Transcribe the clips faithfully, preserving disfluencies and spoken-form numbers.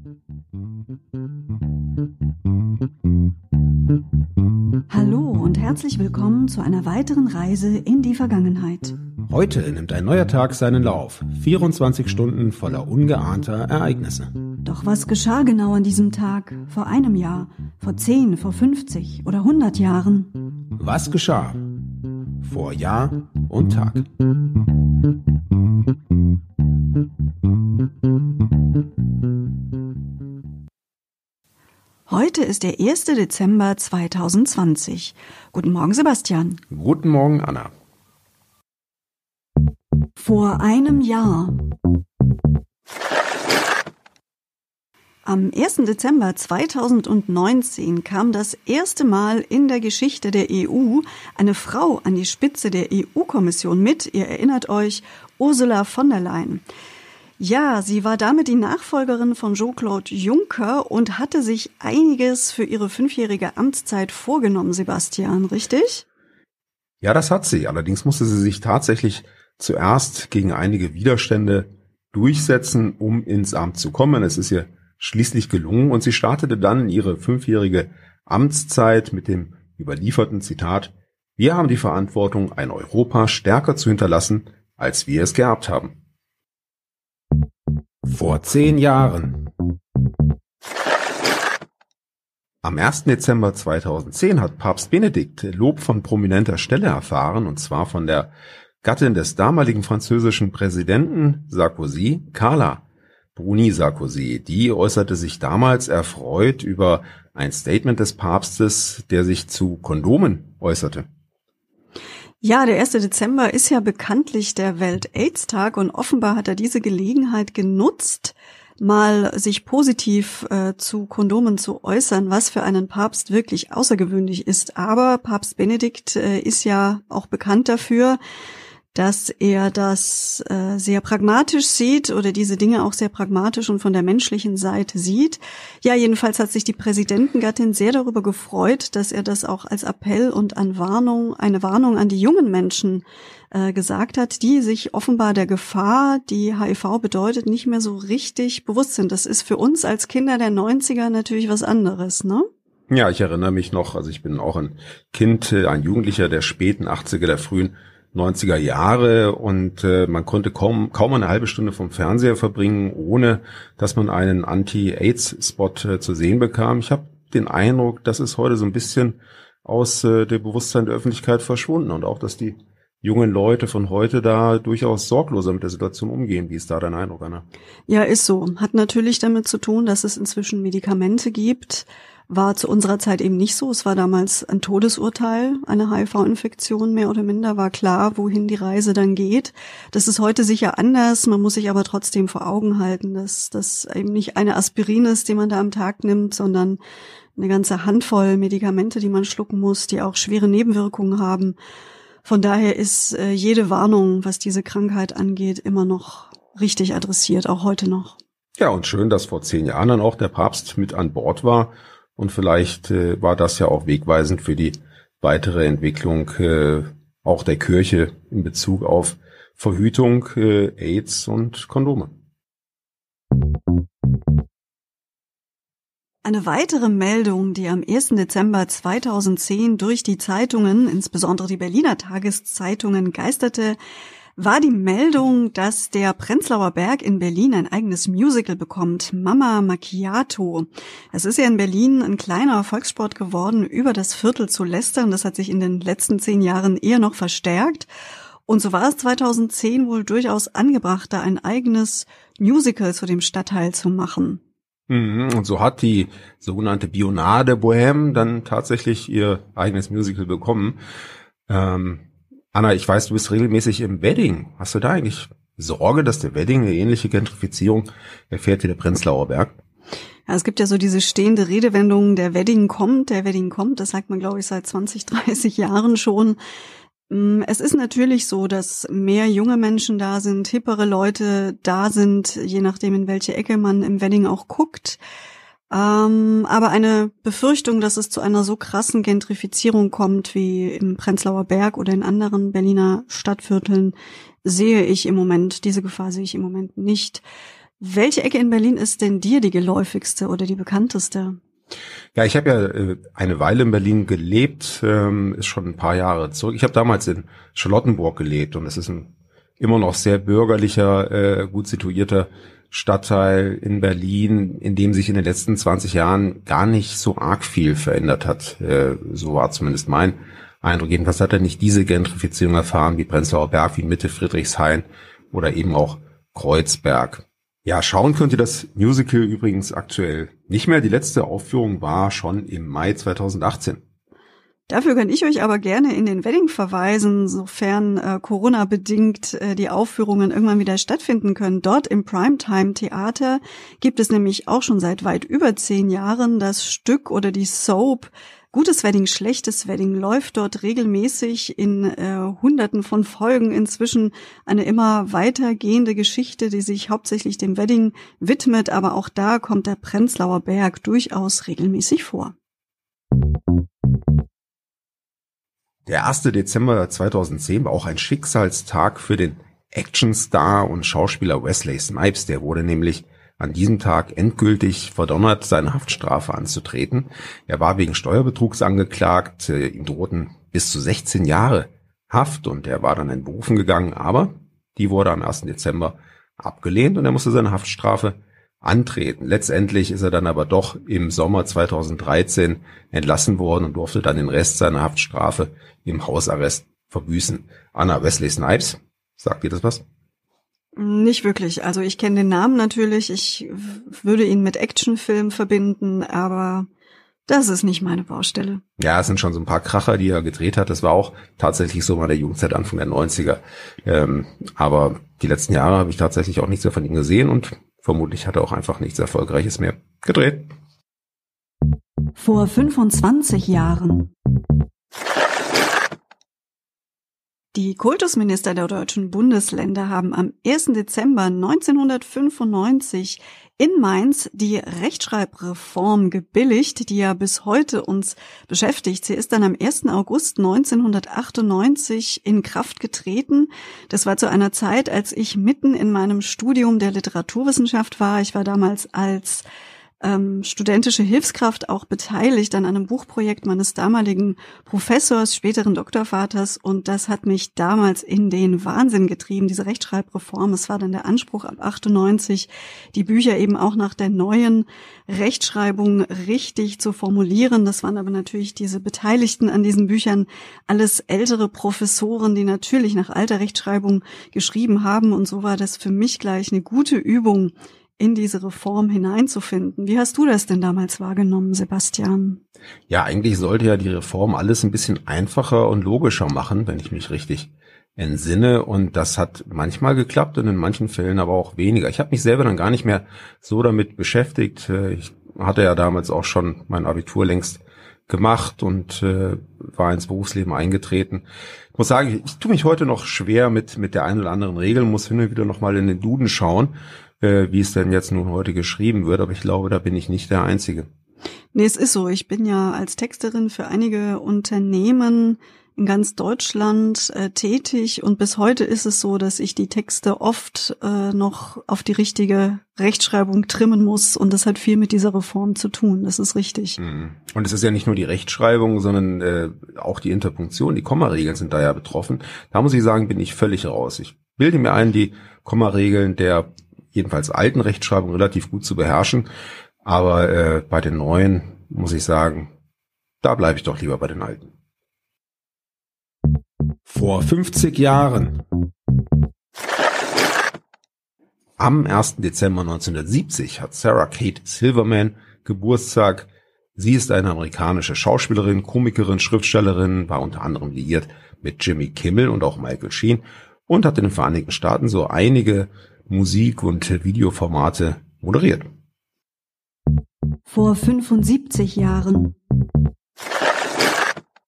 Hallo und herzlich willkommen zu einer weiteren Reise in die Vergangenheit. Heute nimmt ein neuer Tag seinen Lauf. vierundzwanzig Stunden voller ungeahnter Ereignisse. Doch was geschah genau an diesem Tag? Vor einem Jahr, vor zehn, vor fünfzig oder hundert Jahren? Was geschah? Vor Jahr und Tag. Heute ist der erster Dezember zweitausendzwanzig. Guten Morgen, Sebastian. Guten Morgen, Anna. Vor einem Jahr. Am ersten Dezember zweitausendneunzehn kam das erste Mal in der Geschichte der E U eine Frau an die Spitze der E U-Kommission mit. Ihr erinnert euch, Ursula von der Leyen. Ja, sie war damit die Nachfolgerin von Jean-Claude Juncker und hatte sich einiges für ihre fünfjährige Amtszeit vorgenommen, Sebastian, richtig? Ja, das hat sie. Allerdings musste sie sich tatsächlich zuerst gegen einige Widerstände durchsetzen, um ins Amt zu kommen. Es ist ihr schließlich gelungen und sie startete dann ihre fünfjährige Amtszeit mit dem überlieferten Zitat: Wir haben die Verantwortung, ein Europa stärker zu hinterlassen, als wir es geerbt haben. Vor zehn Jahren. Am ersten Dezember zweitausendzehn hat Papst Benedikt Lob von prominenter Stelle erfahren, und zwar von der Gattin des damaligen französischen Präsidenten Sarkozy, Carla Bruni Sarkozy. Die äußerte sich damals erfreut über ein Statement des Papstes, der sich zu Kondomen äußerte. Ja, der erste Dezember ist ja bekanntlich der Welt-Aids-Tag und offenbar hat er diese Gelegenheit genutzt, mal sich positiv äh, zu Kondomen zu äußern, was für einen Papst wirklich außergewöhnlich ist. Aber Papst Benedikt äh, ist ja auch bekannt dafür, dass er das äh, sehr pragmatisch sieht oder diese Dinge auch sehr pragmatisch und von der menschlichen Seite sieht. Ja, jedenfalls hat sich die Präsidentengattin sehr darüber gefreut, dass er das auch als Appell und an Warnung, eine Warnung an die jungen Menschen äh, gesagt hat, die sich offenbar der Gefahr, die H I V bedeutet, nicht mehr so richtig bewusst sind. Das ist für uns als Kinder der neunziger natürlich was anderes, ne? Ja, ich erinnere mich noch, also ich bin auch ein Kind, ein Jugendlicher der späten achtziger, der frühen neunziger Jahre und äh, man konnte kaum kaum eine halbe Stunde vom Fernseher verbringen, ohne dass man einen Anti-Aids-Spot äh, zu sehen bekam. Ich habe den Eindruck, das ist heute so ein bisschen aus äh, dem Bewusstsein der Öffentlichkeit verschwunden und auch, dass die jungen Leute von heute da durchaus sorgloser mit der Situation umgehen. Wie ist da dein Eindruck, Anna? Ja, ist so. Hat natürlich damit zu tun, dass es inzwischen Medikamente gibt. War zu unserer Zeit eben nicht so. Es war damals ein Todesurteil, eine H I V-Infektion mehr oder minder. War klar, wohin die Reise dann geht. Das ist heute sicher anders. Man muss sich aber trotzdem vor Augen halten, dass das eben nicht eine Aspirin ist, die man da am Tag nimmt, sondern eine ganze Handvoll Medikamente, die man schlucken muss, die auch schwere Nebenwirkungen haben. Von daher ist äh, jede Warnung, was diese Krankheit angeht, immer noch richtig adressiert, auch heute noch. Ja, und schön, dass vor zehn Jahren dann auch der Papst mit an Bord war. Und vielleicht äh, war das ja auch wegweisend für die weitere Entwicklung äh, auch der Kirche in Bezug auf Verhütung, äh, AIDS und Kondome. Eine weitere Meldung, die am ersten Dezember zweitausendzehn durch die Zeitungen, insbesondere die Berliner Tageszeitungen, geisterte, war die Meldung, dass der Prenzlauer Berg in Berlin ein eigenes Musical bekommt, Mama Macchiato. Es ist ja in Berlin ein kleiner Volkssport geworden, über das Viertel zu lästern. Das hat sich in den letzten zehn Jahren eher noch verstärkt. Und so war es zweitausendzehn wohl durchaus angebracht, da ein eigenes Musical zu dem Stadtteil zu machen. Und so hat die sogenannte Bionade Bohème dann tatsächlich ihr eigenes Musical bekommen. Ähm Anna, ich weiß, du bist regelmäßig im Wedding. Hast du da eigentlich Sorge, dass der Wedding eine ähnliche Gentrifizierung erfährt wie der Prenzlauer Berg? Ja, es gibt ja so diese stehende Redewendung, der Wedding kommt, der Wedding kommt. Das sagt man, glaube ich, seit zwanzig, dreißig Jahren schon. Es ist natürlich so, dass mehr junge Menschen da sind, hippere Leute da sind, je nachdem, in welche Ecke man im Wedding auch guckt. Ähm, aber eine Befürchtung, dass es zu einer so krassen Gentrifizierung kommt wie im Prenzlauer Berg oder in anderen Berliner Stadtvierteln, sehe ich im Moment, diese Gefahr sehe ich im Moment nicht. Welche Ecke in Berlin ist denn dir die geläufigste oder die bekannteste? Ja, ich habe ja äh, eine Weile in Berlin gelebt, ähm, ist schon ein paar Jahre zurück. Ich habe damals in Charlottenburg gelebt und es ist ein immer noch sehr bürgerlicher, äh, gut situierter Stadtteil in Berlin, in dem sich in den letzten zwanzig Jahren gar nicht so arg viel verändert hat. Äh, so war zumindest mein Eindruck. Jedenfalls hat er nicht diese Gentrifizierung erfahren wie Prenzlauer Berg, wie Mitte, Friedrichshain oder eben auch Kreuzberg. Ja, schauen könnt ihr das Musical übrigens aktuell nicht mehr. Die letzte Aufführung war schon im Mai zweitausendachtzehn. Dafür kann ich euch aber gerne in den Wedding verweisen, sofern äh, Corona-bedingt äh, die Aufführungen irgendwann wieder stattfinden können. Dort im Primetime-Theater gibt es nämlich auch schon seit weit über zehn Jahren das Stück oder die Soap Gutes Wedding, Schlechtes Wedding läuft dort regelmäßig in äh, Hunderten von Folgen inzwischen eine immer weitergehende Geschichte, die sich hauptsächlich dem Wedding widmet, aber auch da kommt der Prenzlauer Berg durchaus regelmäßig vor. Der erste Dezember zweitausendzehn war auch ein Schicksalstag für den Actionstar und Schauspieler Wesley Snipes. Der wurde nämlich an diesem Tag endgültig verdonnert, seine Haftstrafe anzutreten. Er war wegen Steuerbetrugs angeklagt, ihm drohten bis zu sechzehn Jahre Haft und er war dann in Berufen gegangen, aber die wurde am ersten Dezember abgelehnt und er musste seine Haftstrafe antreten. Letztendlich ist er dann aber doch im Sommer zweitausenddreizehn entlassen worden und durfte dann den Rest seiner Haftstrafe im Hausarrest verbüßen. Anna, Wesley Snipes, sagt dir das was? Nicht wirklich. Also ich kenne den Namen natürlich. Ich würde ihn mit Actionfilm verbinden, aber das ist nicht meine Baustelle. Ja, es sind schon so ein paar Kracher, die er gedreht hat. Das war auch tatsächlich so mal der Jugendzeit, Anfang der neunziger. Ähm, aber die letzten Jahre habe ich tatsächlich auch nichts mehr von ihm gesehen und vermutlich hat er auch einfach nichts Erfolgreiches mehr gedreht. Vor fünfundzwanzig Jahren. Die Kultusminister der deutschen Bundesländer haben am ersten Dezember neunzehnhundertfünfundneunzig in Mainz die Rechtschreibreform gebilligt, die ja bis heute uns beschäftigt. Sie ist dann am ersten August neunzehnhundertachtundneunzig in Kraft getreten. Das war zu einer Zeit, als ich mitten in meinem Studium der Literaturwissenschaft war. Ich war damals als Ähm, studentische Hilfskraft auch beteiligt an einem Buchprojekt meines damaligen Professors, späteren Doktorvaters, und das hat mich damals in den Wahnsinn getrieben, diese Rechtschreibreform. Es war dann der Anspruch ab achtundneunzig, die Bücher eben auch nach der neuen Rechtschreibung richtig zu formulieren. Das waren aber natürlich diese Beteiligten an diesen Büchern alles ältere Professoren, die natürlich nach alter Rechtschreibung geschrieben haben, und so war das für mich gleich eine gute Übung, in diese Reform hineinzufinden. Wie hast du das denn damals wahrgenommen, Sebastian? Ja, eigentlich sollte ja die Reform alles ein bisschen einfacher und logischer machen, wenn ich mich richtig entsinne. Und das hat manchmal geklappt und in manchen Fällen aber auch weniger. Ich habe mich selber dann gar nicht mehr so damit beschäftigt. Ich hatte ja damals auch schon mein Abitur längst gemacht und äh, war ins Berufsleben eingetreten. Ich muss sagen, ich, ich tue mich heute noch schwer mit mit der einen oder anderen Regel, muss hin und wieder noch mal in den Duden schauen, äh, wie es denn jetzt nun heute geschrieben wird, aber ich glaube, da bin ich nicht der Einzige. Nee, es ist so. Ich bin ja als Texterin für einige Unternehmen in ganz Deutschland äh, tätig und bis heute ist es so, dass ich die Texte oft äh, noch auf die richtige Rechtschreibung trimmen muss und das hat viel mit dieser Reform zu tun, das ist richtig. Und es ist ja nicht nur die Rechtschreibung, sondern äh, auch die Interpunktion, die Kommaregeln sind da ja betroffen. Da muss ich sagen, bin ich völlig raus. Ich bilde mir ein, die Kommaregeln der jedenfalls alten Rechtschreibung relativ gut zu beherrschen, aber äh, bei den neuen muss ich sagen, da bleibe ich doch lieber bei den alten. Vor fünfzig Jahren. Am ersten Dezember neunzehnhundertsiebzig hat Sarah Kate Silverman Geburtstag. Sie ist eine amerikanische Schauspielerin, Komikerin, Schriftstellerin, war unter anderem liiert mit Jimmy Kimmel und auch Michael Sheen und hat in den Vereinigten Staaten so einige Musik- und Videoformate moderiert. Vor fünfundsiebzig Jahren.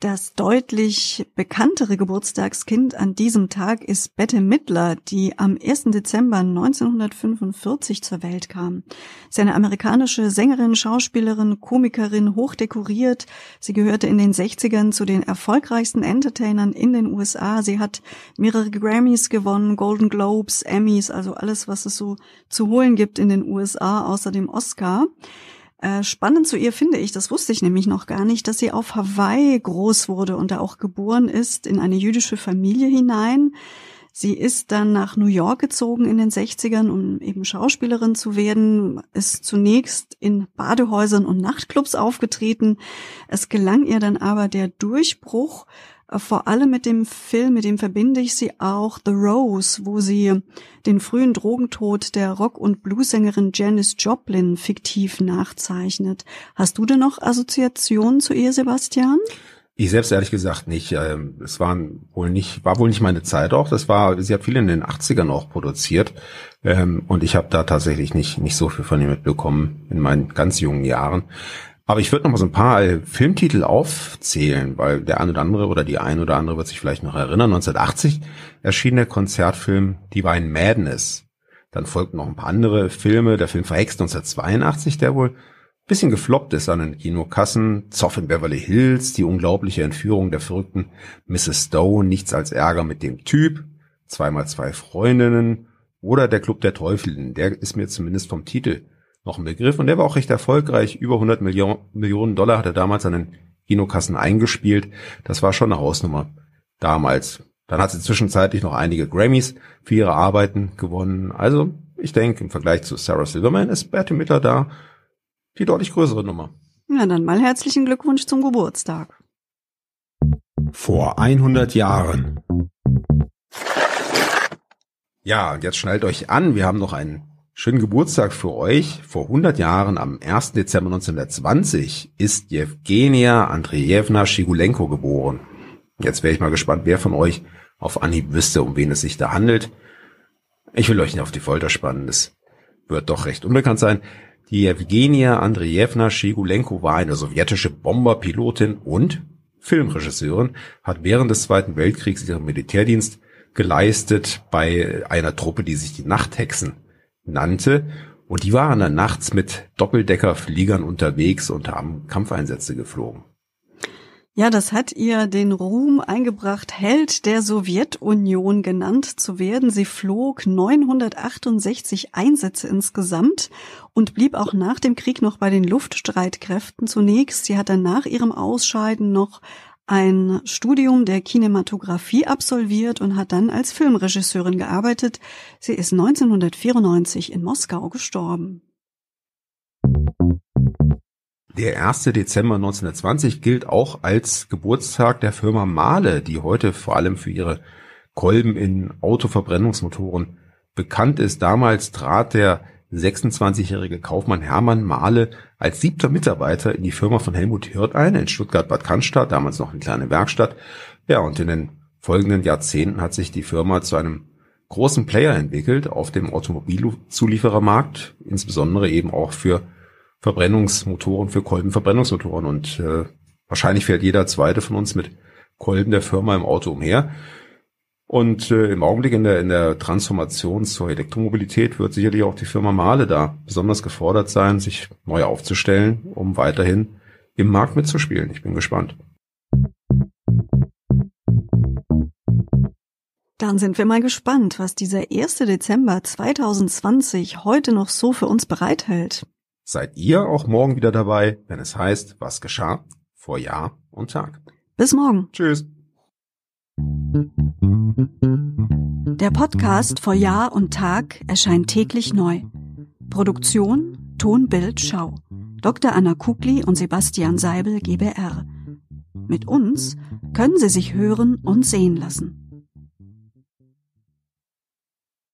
Das deutlich bekanntere Geburtstagskind an diesem Tag ist Bette Midler, die am ersten Dezember neunzehnhundertfünfundvierzig zur Welt kam. Sie ist eine amerikanische Sängerin, Schauspielerin, Komikerin, hochdekoriert. Sie gehörte in den sechzigern zu den erfolgreichsten Entertainern in den U S A. Sie hat mehrere Grammys gewonnen, Golden Globes, Emmys, also alles, was es so zu holen gibt in den U S A, außer dem Oscar. Spannend zu ihr finde ich, das wusste ich nämlich noch gar nicht, dass sie auf Hawaii groß wurde und da auch geboren ist, in eine jüdische Familie hinein. Sie ist dann nach New York gezogen in den sechzigern, um eben Schauspielerin zu werden, ist zunächst in Badehäusern und Nachtclubs aufgetreten. Es gelang ihr dann aber der Durchbruch, vor allem mit dem Film, mit dem verbinde ich sie auch, The Rose, wo sie den frühen Drogentod der Rock- und Bluessängerin Janis Joplin fiktiv nachzeichnet. Hast du denn noch Assoziationen zu ihr, Sebastian? Ich selbst ehrlich gesagt nicht. Es waren wohl nicht, war wohl nicht meine Zeit auch. Das war, sie hat viel in den achtzigern auch produziert. Und ich habe da tatsächlich nicht, nicht so viel von ihr mitbekommen in meinen ganz jungen Jahren. Aber ich würde noch mal so ein paar Filmtitel aufzählen, weil der ein oder andere oder die ein oder andere wird sich vielleicht noch erinnern. neunzehnhundertachtzig erschien der Konzertfilm Divine Madness. Dann folgten noch ein paar andere Filme. Der Film Verhext neunzehnhundertzweiundachtzig, der wohl ein bisschen gefloppt ist an den Kinokassen. Zoff in Beverly Hills, die unglaubliche Entführung der verrückten Misses Stone, Nichts als Ärger mit dem Typ, Zweimal zwei Freundinnen oder Der Club der Teufel. Der ist mir zumindest vom Titel noch ein Begriff und der war auch recht erfolgreich. Über hundert Millionen Dollar hat er damals an den Kinokassen eingespielt. Das war schon eine Hausnummer damals. Dann hat sie zwischenzeitlich noch einige Grammys für ihre Arbeiten gewonnen. Also ich denke, im Vergleich zu Sarah Silverman ist Bette Midler da die deutlich größere Nummer. Ja, dann mal herzlichen Glückwunsch zum Geburtstag. Vor hundert Jahren. Ja, und jetzt schnallt euch an, wir haben noch einen schönen Geburtstag für euch. Vor hundert Jahren, am ersten Dezember neunzehnhundertzwanzig, ist Jewgenia Andrejewna Schigulenko geboren. Jetzt wäre ich mal gespannt, wer von euch auf Anhieb wüsste, um wen es sich da handelt. Ich will euch nicht auf die Folter spannen, das wird doch recht unbekannt sein. Die Jewgenia Andrejewna Schigulenko war eine sowjetische Bomberpilotin und Filmregisseurin, hat während des Zweiten Weltkriegs ihren Militärdienst geleistet bei einer Truppe, die sich die Nachthexen nannte. Und die waren dann nachts mit Doppeldeckerfliegern unterwegs und haben Kampfeinsätze geflogen. Ja, das hat ihr den Ruhm eingebracht, Held der Sowjetunion genannt zu werden. Sie flog neunhundertachtundsechzig Einsätze insgesamt und blieb auch nach dem Krieg noch bei den Luftstreitkräften zunächst. Sie hat dann nach ihrem Ausscheiden noch ein Studium der Kinematografie absolviert und hat dann als Filmregisseurin gearbeitet. Sie ist neunzehnhundertvierundneunzig in Moskau gestorben. Der erste Dezember neunzehnhundertzwanzig gilt auch als Geburtstag der Firma Mahle, die heute vor allem für ihre Kolben in Autoverbrennungsmotoren bekannt ist. Damals trat der sechsundzwanzigjährige Kaufmann Hermann Mahle als siebter Mitarbeiter in die Firma von Helmut Hirt ein, in Stuttgart-Bad Cannstatt, damals noch eine kleine Werkstatt. Ja, und in den folgenden Jahrzehnten hat sich die Firma zu einem großen Player entwickelt auf dem Automobilzulieferermarkt, insbesondere eben auch für Verbrennungsmotoren, für Kolbenverbrennungsmotoren. Und äh, wahrscheinlich fährt jeder Zweite von uns mit Kolben der Firma im Auto umher. Und äh, im Augenblick in der in der Transformation zur Elektromobilität wird sicherlich auch die Firma Mahle da besonders gefordert sein, sich neu aufzustellen, um weiterhin im Markt mitzuspielen. Ich bin gespannt. Dann sind wir mal gespannt, was dieser erste Dezember zweitausendzwanzig heute noch so für uns bereithält. Seid ihr auch morgen wieder dabei, wenn es heißt, was geschah vor Jahr und Tag. Bis morgen. Tschüss. Der Podcast vor Jahr und Tag erscheint täglich neu. Produktion Ton, Bild, Schau. Doktor Anna Kugli und Sebastian Seibel, G B R. Mit uns können Sie sich hören und sehen lassen.